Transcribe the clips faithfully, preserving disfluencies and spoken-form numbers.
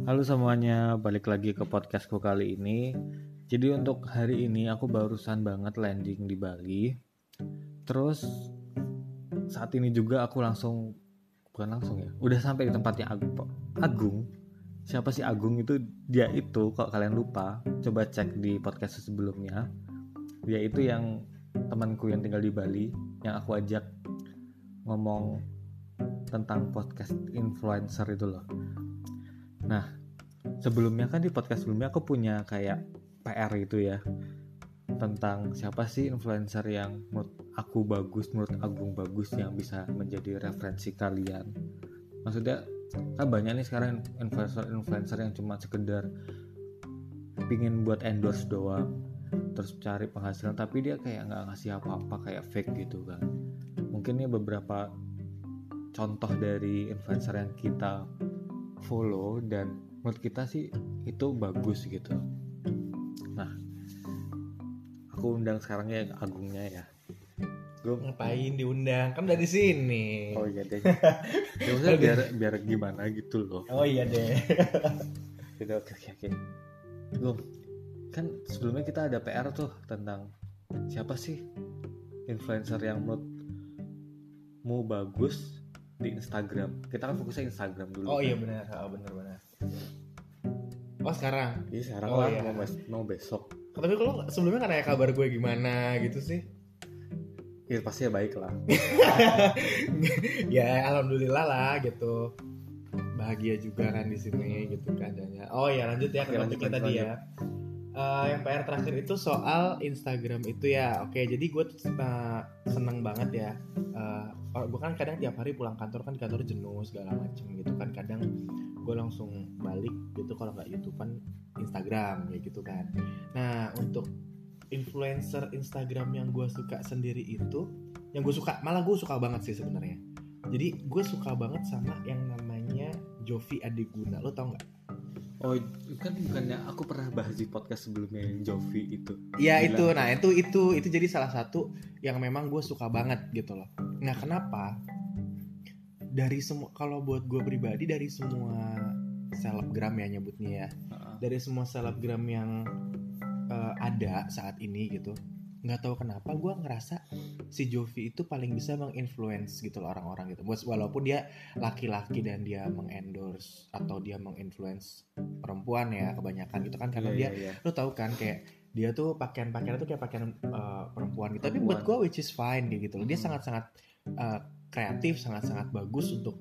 Halo semuanya, balik lagi ke podcastku kali ini. Jadi untuk hari ini aku barusan banget landing di Bali. Terus saat ini juga aku langsung, bukan langsung ya, udah sampai di tempatnya Agung. Agung. Siapa sih Agung itu? Dia itu, kalau kalian lupa, coba cek di podcast sebelumnya. Dia itu yang temanku yang tinggal di Bali, yang aku ajak ngomong tentang podcast influencer itu loh. Nah, sebelumnya kan di podcast sebelumnya aku punya kayak P R itu ya, tentang siapa sih influencer yang menurut aku bagus, menurut Agung bagus, yang bisa menjadi referensi kalian. Maksudnya kan banyak nih sekarang influencer-influencer yang cuma sekedar pingin buat endorse doang, terus cari penghasilan, tapi dia kayak nggak ngasih apa-apa, kayak fake gitu kan. Mungkin ini beberapa contoh dari influencer yang kita follow dan menurut kita sih itu bagus gitu. Nah, aku undang sekarang ya Agungnya ya. Gue ngapain diundang? Kan udah di sini. Oh iya deh. Ya maksudnya biar biar gimana gitu loh. Oh iya deh. Gitu, oke oke oke. Gung, kan sebelumnya kita ada P R tuh tentang siapa sih influencer yang menurutmu bagus di Instagram. Kita kan fokusnya Instagram dulu. Oh kan? iya benar, oh, benar benar. Oh sekarang? Iya sekarang Oh, lah iya. mau, bes- mau besok. Tapi kalau sebelumnya kan nanya kabar gue gimana gitu sih? Ya pasti ya baik lah. Ya alhamdulillah lah gitu. Bahagia juga kan di sini gitu kan. Oh ya lanjut ya ke Oke, lanjut, topiknya lanjut, tadi lanjut. ya. Uh, yang P R terakhir itu soal Instagram itu ya. Oke, jadi gue tuh uh, seneng banget ya. Uh, gue kan kadang tiap hari pulang kantor kan di kantor jenuh segala macem gitu kan. Kadang gue langsung balik gitu kalau nggak YouTubean Instagram kayak gitu kan. Nah untuk influencer Instagram yang gue suka sendiri itu, yang gue suka malah gue suka banget sih sebenarnya. Jadi gue suka banget sama yang namanya Jovi Adiguna. Lo tau nggak? Oh kan bukannya aku pernah bahas di podcast sebelumnya yang Jovi itu. Iya Gila. itu, nah itu itu itu jadi salah satu yang memang gue suka banget gitu loh. Nah kenapa? Dari semua, kalau buat gue pribadi dari semua selebgram ya nyebutnya ya, uh-uh. dari semua selebgram yang uh, ada saat ini gitu, nggak tahu kenapa gue ngerasa si Jovi itu paling bisa menginfluence gitu loh orang-orang gitu. Walaupun dia laki-laki dan dia mengendorse atau dia menginfluence perempuan ya kebanyakan gitu kan, karena yeah, dia yeah, yeah. lo tahu kan kayak dia tuh pakaian-pakaian tuh kayak pakaian uh, perempuan gitu. Tapi Perempuan. buat gue which is fine kayak gitu loh. Dia hmm. sangat-sangat uh, kreatif, sangat-sangat bagus untuk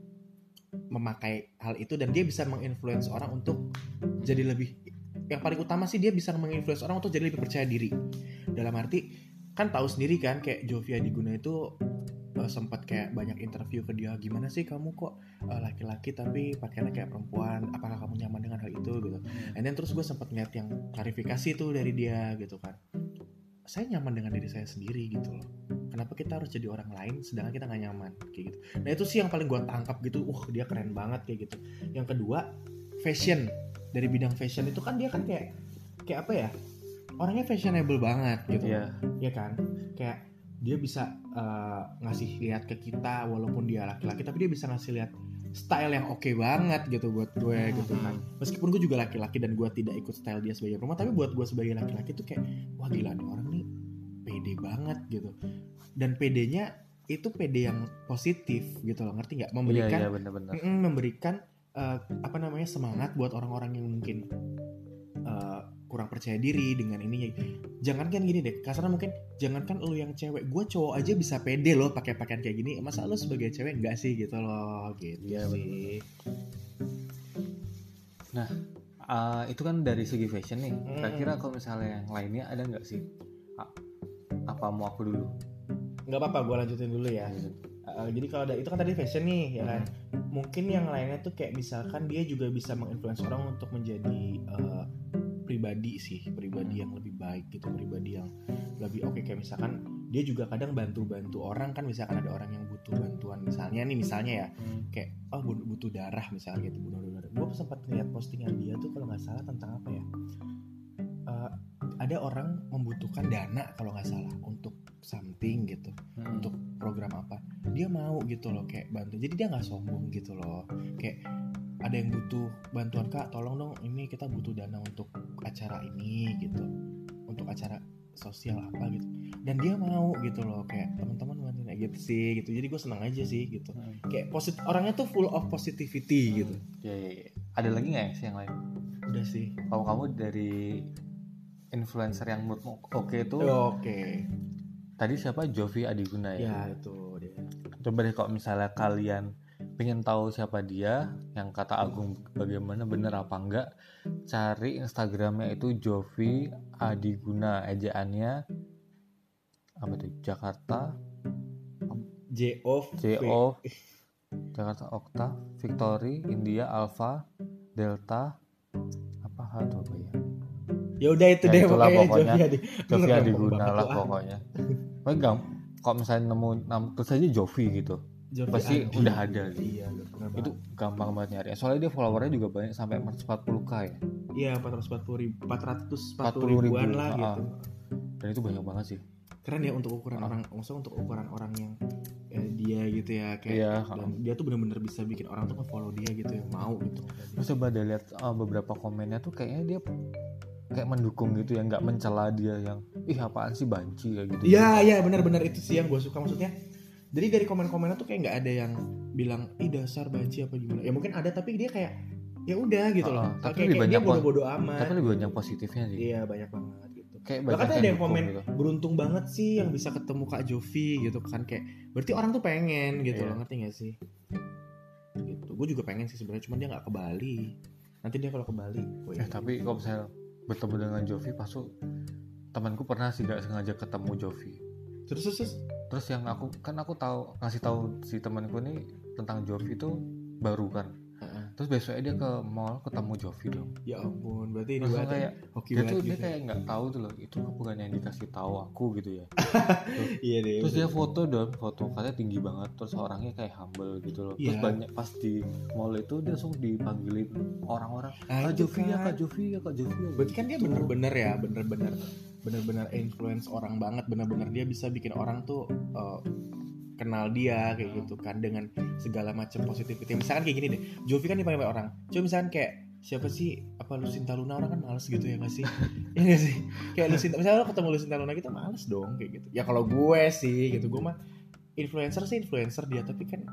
memakai hal itu, dan dia bisa menginfluence orang untuk jadi lebih, yang paling utama sih dia bisa menginfluence orang untuk jadi lebih percaya diri. Dalam arti kan tahu sendiri kan kayak Jovi Adiguna itu uh, sempat kayak banyak interview ke dia, gimana sih kamu kok uh, laki-laki tapi pakaiannya kayak perempuan, apakah kamu nyaman dengan hal itu gitu. And then terus gue sempat ngeliat yang klarifikasi tuh dari dia gitu kan, saya nyaman dengan diri saya sendiri gitu loh, kenapa kita harus jadi orang lain sedangkan kita nggak nyaman kayak gitu. Nah itu sih yang paling gue tangkap gitu, uh dia keren banget kayak gitu. Yang kedua fashion, dari bidang fashion itu kan dia kan kayak kayak apa ya, orangnya fashionable banget gitu, yeah. ya kan, kayak dia bisa uh, ngasih lihat ke kita walaupun dia laki-laki, tapi dia bisa ngasih lihat style yang oke okay banget gitu buat gue hmm. gitu kan. Meskipun gue juga laki-laki dan gue tidak ikut style dia sebagai perempuan, tapi buat gue sebagai laki-laki tuh kayak wah gila nih orang nih pede banget gitu. Dan pedenya itu pede yang positif gitu loh, ngerti nggak? Memberikan yeah, yeah, bener-bener. Mm, memberikan uh, apa namanya semangat buat orang-orang yang mungkin uh, kurang percaya diri dengan ininya. Jangan kan gini deh, kasarnya mungkin jangankan lu yang cewek, gue cowok aja bisa pede loh pakai pakaian kayak gini, masa lu sebagai cewek enggak sih gitu loh gitu ya, sih. Nah uh, itu kan dari segi fashion nih. Hmm. Kira-kira kalau misalnya yang lainnya ada nggak sih? Apa mau aku dulu? Nggak apa-apa, gue lanjutin dulu ya. Hmm. Uh, jadi kalau ada itu kan tadi fashion nih ya kan. Hmm. Mungkin yang lainnya tuh kayak misalkan dia juga bisa menginfluence orang untuk menjadi uh, pribadi sih, pribadi yang lebih baik gitu, pribadi yang lebih oke okay. Kayak misalkan dia juga kadang bantu-bantu orang kan, misalkan ada orang yang butuh bantuan misalnya nih, misalnya ya kayak oh butuh darah misalnya gitu, butuh darah. Gue sempat lihat postingan dia tuh kalau nggak salah tentang apa ya, uh, ada orang membutuhkan dana kalau nggak salah untuk something gitu, hmm. untuk program apa, dia mau gitu loh kayak bantu. Jadi dia nggak sombong gitu loh, kayak ada yang butuh bantuan kak, tolong dong ini kita butuh dana untuk acara ini gitu, untuk acara sosial apa gitu, dan dia mau gitu loh, kayak teman-teman bantuin kayak gitu sih gitu. Jadi gue senang aja sih gitu, Hmm. kayak positif, orangnya tuh full of positivity Hmm. gitu. Ya, ya, ya. Ada lagi nggak ya sih yang lain? Udah sih. Kalau kamu dari influencer yang menurutmu oke itu Oh, oke okay. Tadi siapa? Jovi Adiguna ya? Ya itu dia. Coba deh kalau misalnya kalian pengen tahu siapa dia, yang kata Agung bagaimana bener apa enggak, cari Instagramnya itu Jovi Adiguna, ejaannya apa tuh? Jakarta J O J O Jakarta Okta Victory India Alpha Delta apa hal tuh apa ya? Ya udah itu Ya deh itulah pokoknya Jovi Bener, Adiguna lah ah. pokoknya. Enggak, kalau misalnya nemu nama terus aja Jovi gitu, Jovi pasti Adi. udah ada. Iya, itu gampang banget nyari. Soalnya dia followernya juga banyak sampai empat ratus empat puluh ribu ya. Iya, empat ratus empat puluh ribu, empat ratus empat puluh ribuan lah ha-ha. gitu. Dan itu banyak banget sih. Keren ya untuk ukuran ha. orang, maksudnya untuk ukuran orang yang eh, dia gitu ya kayak iya, dan ha. dia tuh benar-benar bisa bikin orang tuh nge-follow dia gitu ya, mau gitu. Terus coba deh lihat uh, beberapa komennya tuh kayaknya dia kayak mendukung gitu ya, nggak mencela dia yang ih apaan sih banci kayak gitu. Iya, iya benar-benar itu sih yang gue suka, maksudnya. Jadi dari komen-komennya tuh kayak nggak ada yang bilang ih dasar banci apa gimana. Ya mungkin ada tapi dia kayak ya udah gitu loh. Uh, tapi kayak, lebih kayak banyak dia bodo-bodo amat. Tapi lebih banyak positifnya sih. Iya banyak banget gitu. Kayak bahkan ada yang komen gitu. Beruntung banget sih yang bisa ketemu Kak Jovi gitu kan, kayak berarti orang tuh pengen gitu iya. loh, ngerti nggak sih? Gitu. Gue juga pengen sih sebenarnya, cuma dia nggak ke Bali. Nanti dia kalau ke Bali. Oh, iya. Eh tapi kalau misalnya bertemu dengan Jovi pas temanku pernah sih gak sengaja ketemu Jovi. Terus terus terus yang aku kan aku tahu ngasih tahu si temanku nih tentang Jovi itu baru kan. Uh-uh. Terus besoknya dia ke mall ketemu Jovi dong. Ya ampun, berarti ini banget kayak hoki dia tuh gitu. Dia kayak nggak tahu tuh loh, itu bukan yang dikasih tahu aku gitu ya. Iya deh. Terus dia foto dong, foto katanya tinggi banget, terus orangnya kayak humble gitu loh. Terus yeah. banyak pas di mall itu dia langsung dipanggilin orang-orang. Nah, Kak Jovi kan. ya, Kak Jovi ya, Kak Jovi ya. Berarti kan dia bener-bener ya, bener-bener bener-bener influence orang banget, bener-bener dia bisa bikin orang tuh uh, kenal dia kayak gitu kan dengan segala macam positivity. Misalkan kayak gini deh, Jovi kan dipanggil orang. Coba misalkan kayak siapa sih, apa Lucinta Luna, orang kan males gitu ya nggak sih? Ya nggak sih? Kayak Lucinta, misalnya lo ketemu Lucinta Luna kita males dong kayak gitu. Ya kalau gue sih gitu, gue mah influencer sih influencer dia, tapi kan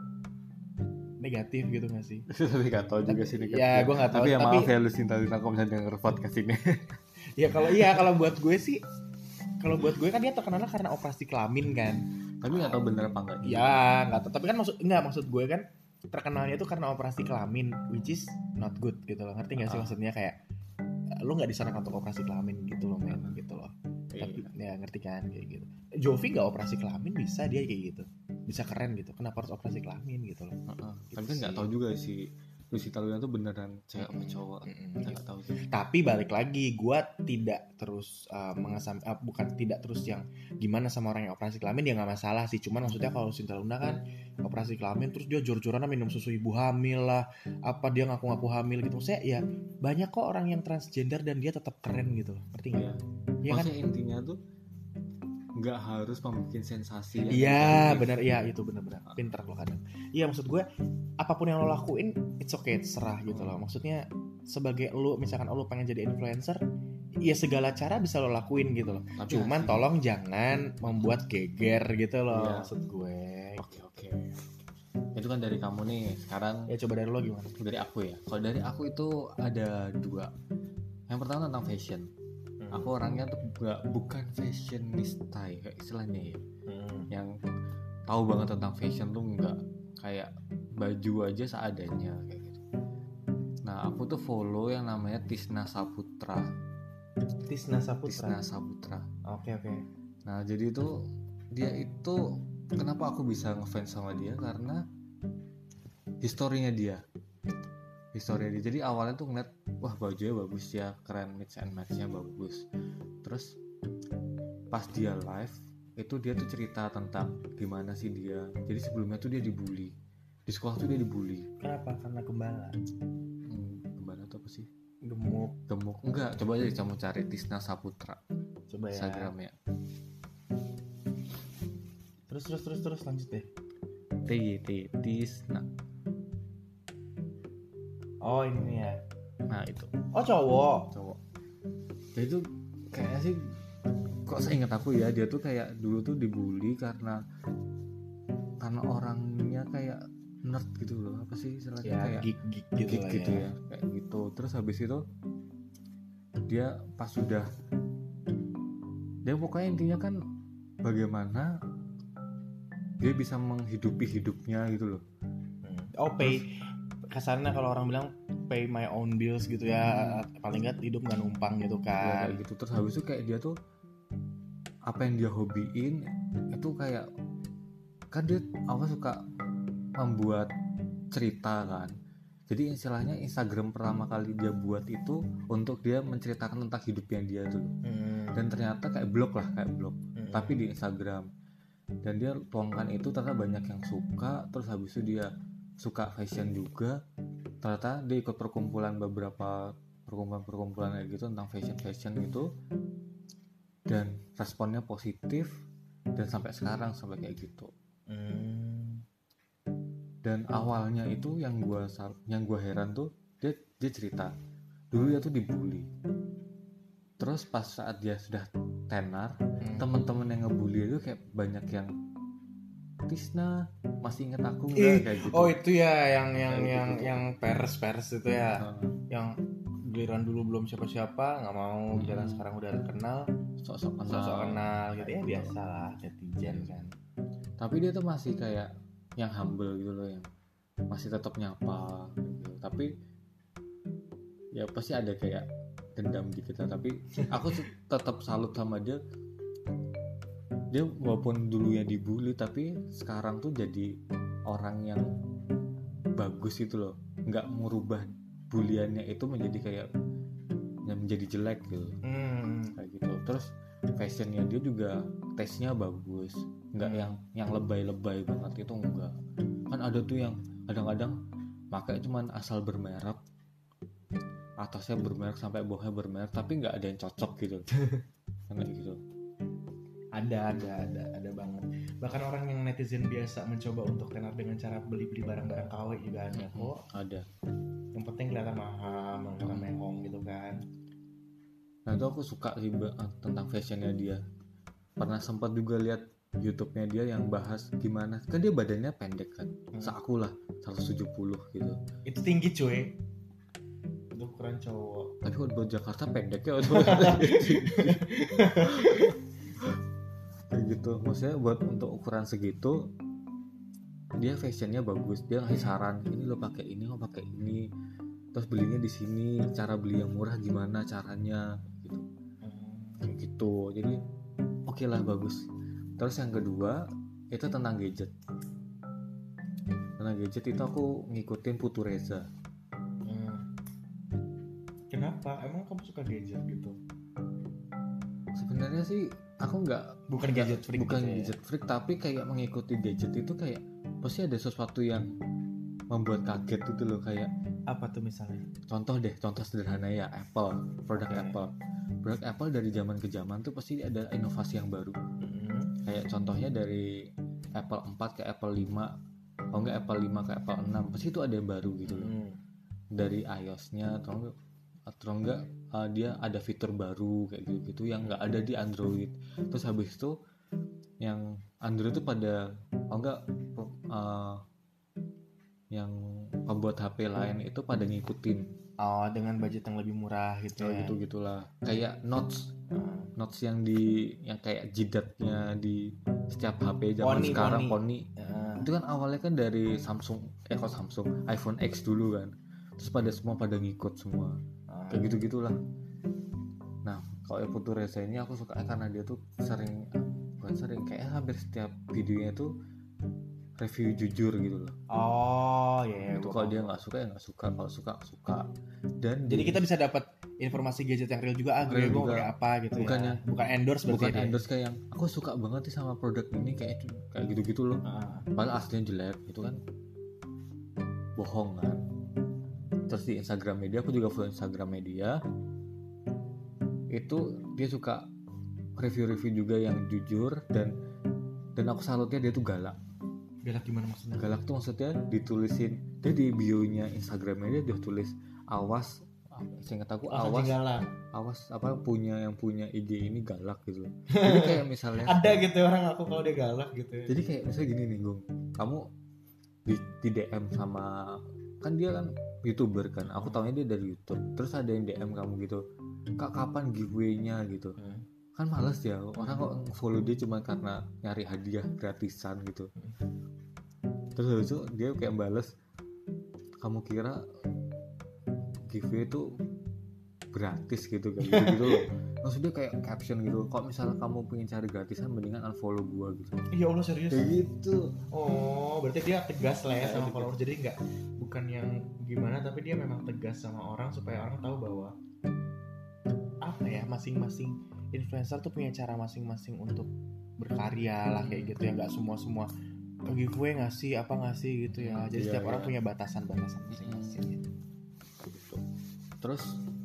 negatif gitu nggak sih? Tapi nggak tahu juga sih negatif. Ya gue nggak tahu. Tapi ya tapi, maaf ya Lucinta Luna kalau misalnya denger podcast ini. Ya kalau iya kalau buat gue sih, kalau buat gue kan dia terkenalnya karena operasi kelamin kan. Tapi nggak tahu bener apa enggak. Ya nggak tahu. Tapi kan maksud nggak maksud gue kan terkenalnya itu karena operasi kelamin, which is not good gitu loh. Ngerti nggak sih? Maksudnya kayak lu nggak disarankan untuk operasi kelamin gitu loh men, gitu loh. Iya. Tapi ya ngerti kan kayak gitu. Jovi nggak operasi kelamin bisa dia kayak gitu, bisa keren gitu. Kenapa harus operasi kelamin gitu loh? Uh-uh. Gitu. Tapi kan nggak tahu juga sih Lucinta Luna tuh beneran cewek apa cowok. Mm-hmm. Nggak tahu sih. Tapi balik lagi, gue tidak terus uh, mengesam, uh, bukan tidak terus yang gimana sama orang yang operasi kelamin, dia nggak masalah sih. Cuman maksudnya kalau Lucinta Luna kan operasi kelamin terus dia jor-joran minum susu ibu hamil lah, apa dia ngaku-ngaku hamil gitu. Maksudnya ya banyak kok orang yang transgender dan dia tetap keren gitu loh, ngerti nggak? Ya. Ya maksudnya kan? Intinya tuh nggak harus membuat sensasi. Iya benar, iya itu benar-benar pintar lo kadang. Iya maksud gue apapun yang lo lakuin it's okay, terserah gitu loh. Maksudnya sebagai lo, misalkan lo pengen jadi influencer, ya segala cara bisa lo lakuin gitu loh. Tapi cuman asli. Tolong jangan membuat geger gitu loh, iya. Maksud gue. Oke oke. Itu kan dari kamu nih. Sekarang ya coba dari lo gimana? Dari aku ya. Kalau dari aku itu ada dua. Yang pertama tentang fashion. Aku orangnya tuh gak, bukan fashionista ya kayak istilahnya ya. Hmm. Yang tahu banget tentang fashion tuh enggak, kayak baju aja seadanya kayak gitu. Nah aku tuh follow yang namanya Tisna Saputra. Tisna Saputra. Tisna Saputra. Oke oke. Nah jadi itu dia itu kenapa aku bisa ngefans sama dia, karena historinya dia. Historinya dia. Jadi awalnya tuh ngeliat wah bajunya bagus ya, keren, mix and match-nya bagus. Terus pas dia live itu dia tuh cerita tentang gimana sih dia. Jadi sebelumnya tuh dia dibully. Di sekolah tuh dia dibully. Kenapa? Karena gembala. Hmm, gembala tuh apa sih? Gemuk. Gemuk. Enggak, coba aja kamu cari Tisna Saputra. Coba ya. Instagramnya. Terus terus terus terus lanjut deh. T Y T Tisna. Oh ini ya. Nah itu Oh cowok. cowok. Dia itu kayaknya sih, kok seingat aku ya, dia tuh kayak dulu tuh dibully karena karena orangnya kayak nerd gitu loh, apa sih istilahnya, Ya kayak geek geek gitu geek lah gitu ya. ya, kayak gitu. Terus habis itu dia pas sudah, dia pokoknya intinya kan bagaimana dia bisa menghidupi hidupnya gitu loh. Oh pay, kasarnya kalau orang bilang pay my own bills gitu ya, paling nggak hidup nggak numpang gitu Ya kan. kayak gitu. Terus habis itu kayak dia tuh apa yang dia hobiin itu kayak, kan dia apa suka membuat cerita kan. Jadi istilahnya Instagram pertama kali dia buat itu untuk dia menceritakan tentang hidupnya dia tuh. Hmm. Dan ternyata kayak blog lah, kayak blog, Hmm. tapi di Instagram. Dan dia tuangkan itu, ternyata banyak yang suka. Terus habis itu dia suka fashion juga. Ternyata dia ikut perkumpulan, beberapa perkumpulan-perkumpulan kayak gitu tentang fashion-fashion gitu. Dan responnya positif. Dan sampai sekarang sampai kayak gitu. Hmm. Dan awalnya itu yang gue yang gue heran tuh, dia dia cerita dulu dia tuh dibully. Terus pas saat dia sudah tenar, Hmm. teman-teman yang ngebully itu kayak banyak yang, Tisna masih inget aku Ih, nggak, kayak gitu. oh itu ya yang yang Kayak yang gitu. yang pers pers itu ya, Nah, yang giliran dulu belum siapa-siapa nggak mau, giliran Hmm. sekarang udah terkenal sok-sok kenal. sosok kenal gitu ya, Kayak biasa lah netizen kan. Tapi dia tuh masih kayak yang humble gitu loh, yang masih tetap nyapa gitu. Tapi ya pasti ada kayak dendam di kita. Tapi aku tetap salut sama dia. Dia walaupun dulunya dibully, tapi sekarang tuh jadi orang yang bagus gitu loh, nggak merubah buliannya itu menjadi kayak yang menjadi jelek gitu. Hmm. Kayak gitu. Terus fashionnya dia juga, taste-nya bagus, nggak yang yang lebay-lebay banget itu enggak. Kan ada tuh yang kadang-kadang pakai cuman asal bermerek, atasnya bermerek sampai bawahnya bermerek, tapi nggak ada yang cocok gitu. Kayak gitu. Ada, ada, ada, ada banget. Bahkan orang yang netizen biasa mencoba untuk tenar dengan cara beli-beli barang-barang K W juga ada kok. Ada. Yang penting kelihatan mahal, kelihatan mehong gitu kan. Nah itu aku suka sih tentang fashionnya dia. Pernah sempat juga lihat YouTube-nya dia yang bahas gimana, kan dia badannya pendek kan, Hmm. seaku lah seratus tujuh puluh gitu. Itu tinggi cuy, itu ukuran cowok. Tapi kalau buat Jakarta pendek ya. Kayak gitu. Maksudnya buat untuk ukuran segitu dia fashionnya bagus. Dia ngasih saran, ini lo pakai ini, lo pakai ini, terus belinya di sini, cara beli yang murah gimana caranya gitu. Kayak gitu. Jadi oke okay lah, bagus. Terus yang kedua itu tentang gadget. Tentang gadget itu aku ngikutin Putu Reza. Hmm. Kenapa? Emang kamu suka gadget gitu? Sebenarnya sih aku nggak Bukan nggak- gadget freak bukan gitu ya? gadget freak, tapi kayak mengikuti gadget itu kayak pasti ada sesuatu yang membuat kaget gitu loh. Kayak Apa tuh misalnya? contoh deh, contoh sederhana ya, Apple, produk Oke. Apple. Produk Apple dari zaman ke zaman tuh pasti ada inovasi yang baru. Hmm. Kayak contohnya dari Apple empat ke Apple lima, kalau nggak Apple lima ke Apple enam, pasti itu ada yang baru gitu loh. Hmm. Dari iOS-nya atau enggak, atau enggak uh, dia ada fitur baru kayak gitu-gitu yang nggak ada di Android. Terus habis itu yang Android itu pada, kalau enggak uh, yang pembuat H P lain itu pada ngikutin. Oh, dengan budget yang lebih murah gitu Oh ya? gitu gitulah. Kayak notes, Hmm. notes yang di yang kayak jidatnya di setiap H P zaman Poni, sekarang, poni. poni. Hmm. Itu kan awalnya kan dari Samsung, eh kok Samsung, iPhone X dulu kan. Terus pada semua pada ngikut semua. Kayak gitu gitulah. Nah kalau Putu Reza ini aku suka karena dia tuh sering, bukan sering, kayak hampir setiap videonya tuh review jujur gitu loh. Oh iya. Itu gua kalau paham. dia nggak suka ya nggak suka, kalau suka suka. Dan Jadi di- kita bisa dapat informasi gadget yang real juga, ah gue Real gue juga. pakai apa gitu Bukan ya. yang- Bukan endorse berarti bukan ya dia? endorse kayak yang aku suka banget sih sama produk ini kayak kayak gitu-gitu loh. Ah. Padahal aslinya jelek, itu kan bohong kan. Terus di Instagram media, aku juga follow Instagram media, itu dia suka review-review juga yang jujur, dan dan aku salutnya dia tuh galak. Galak gimana maksudnya? Galak tuh maksudnya ditulisin, dia di bio-nya Instagramnya dia udah tulis awas, seingat aku Oh, awas, galak. awas apa punya yang punya I G ini galak gitu. Jadi kayak misalnya Ada gitu orang aku kalau dia galak gitu. jadi kayak misalnya gini nih Gung, kamu di, di D M sama, kan dia kan YouTuber kan, aku taunya dia dari YouTube, terus ada yang D M kamu gitu, kak kapan giveaway-nya gitu. Hmm. Kan males ya orang kok follow dia cuma karena nyari hadiah gratisan gitu. Terus habis itu dia kayak bales, kamu kira giveaway itu gratis gitu kan, gitu, gitu loh. Maksudnya kayak caption gitu, kok misalnya kamu pengen cari gratisan mendingan unfollow gua gitu. Iya Allah, serius kayak gitu. Oh berarti dia tegas lah ya sama followers, jadi nggak, bukan yang gimana, tapi dia memang tegas sama orang supaya orang tahu bahwa apa ya, masing-masing influencer tuh punya cara masing-masing untuk berkarya lah kayak gitu ya, nggak semua-semua giveaway ngasih apa ngasih gitu ya. Jadi yeah, setiap yeah. orang punya batasan-batasan masing-masing gitu. Terus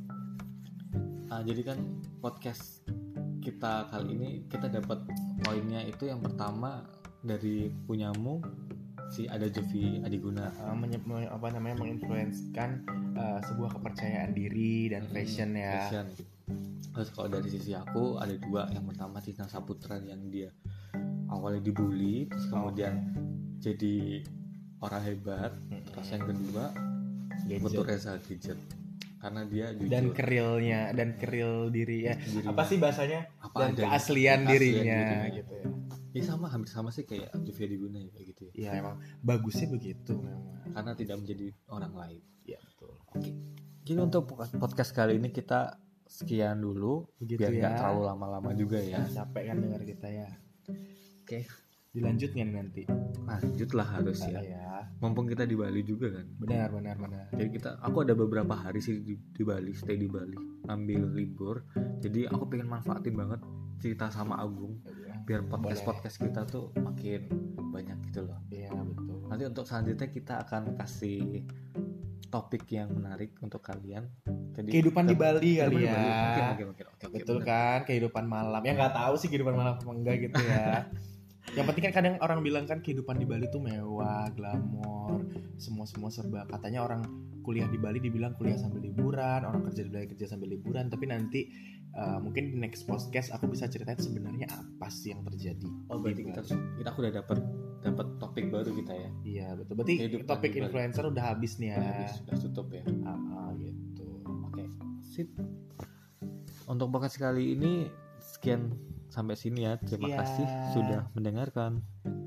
ah, jadi kan podcast kita kali ini kita dapat poinnya itu yang pertama dari punyamu si Ada Jovi Adiguna, uh, menye- apa namanya menginfluenskan uh, sebuah kepercayaan diri dan fashion ya. Fashion. Terus kalau dari sisi aku ada dua, yang pertama Tina Saputra yang dia awalnya dibully terus kemudian okay. jadi orang hebat. Mm-hmm. Terus yang kedua Putu Reza Gadget, karena dia jujur dan kerilnya dan keril diri ya dirinya. Apa sih bahasanya apa dan keaslian dirinya, dirinya gitu ya. Ya sama, hampir sama sih kayak Jovi Adiguna ya kayak gitu ya. Iya emang bagusnya begitu memang. Karena tidak menjadi orang lain. Iya betul. Oke. Jadi untuk podcast kali ini kita sekian dulu, begitu biar nggak ya. terlalu lama-lama juga ya. Capek kan dengar kita ya. Oke. Dilanjut nggak nanti? Lanjut lah harus ya. ya. Mumpung kita di Bali juga kan. Benar benar benar. Jadi kita, aku ada beberapa hari sih di, di Bali, stay di Bali, ambil libur. Jadi aku pengen manfaatin banget cerita sama Agung. Ya. Biar podcast podcast kita tuh makin banyak gitu loh. Iya betul. Nanti untuk selanjutnya kita akan kasih topik yang menarik untuk kalian. Jadi kehidupan di Bali kali ya. Mungkin, mungkin, mungkin. Oke, betul oke, kan, kehidupan malam. Ya nggak tahu sih kehidupan malam apa enggak gitu ya. Yang penting kan kadang orang bilang kan kehidupan di Bali tuh mewah, glamor, semua-semua serba. Katanya orang kuliah di Bali dibilang kuliah sambil liburan, orang kerja di Bali kerja sambil liburan. Tapi nanti uh, mungkin di next podcast aku bisa ceritain sebenarnya apa sih yang terjadi. Oh berarti kita kita udah dapat dapat topik baru kita ya. Iya betul. Berarti kehidupan topik influencer udah habis nih ya. Udah habis, udah tutup ya. Ah, ah gitu. Oke. Sip. Untuk podcast kali ini sekian sampai sini ya. Terima ya. kasih sudah mendengarkan.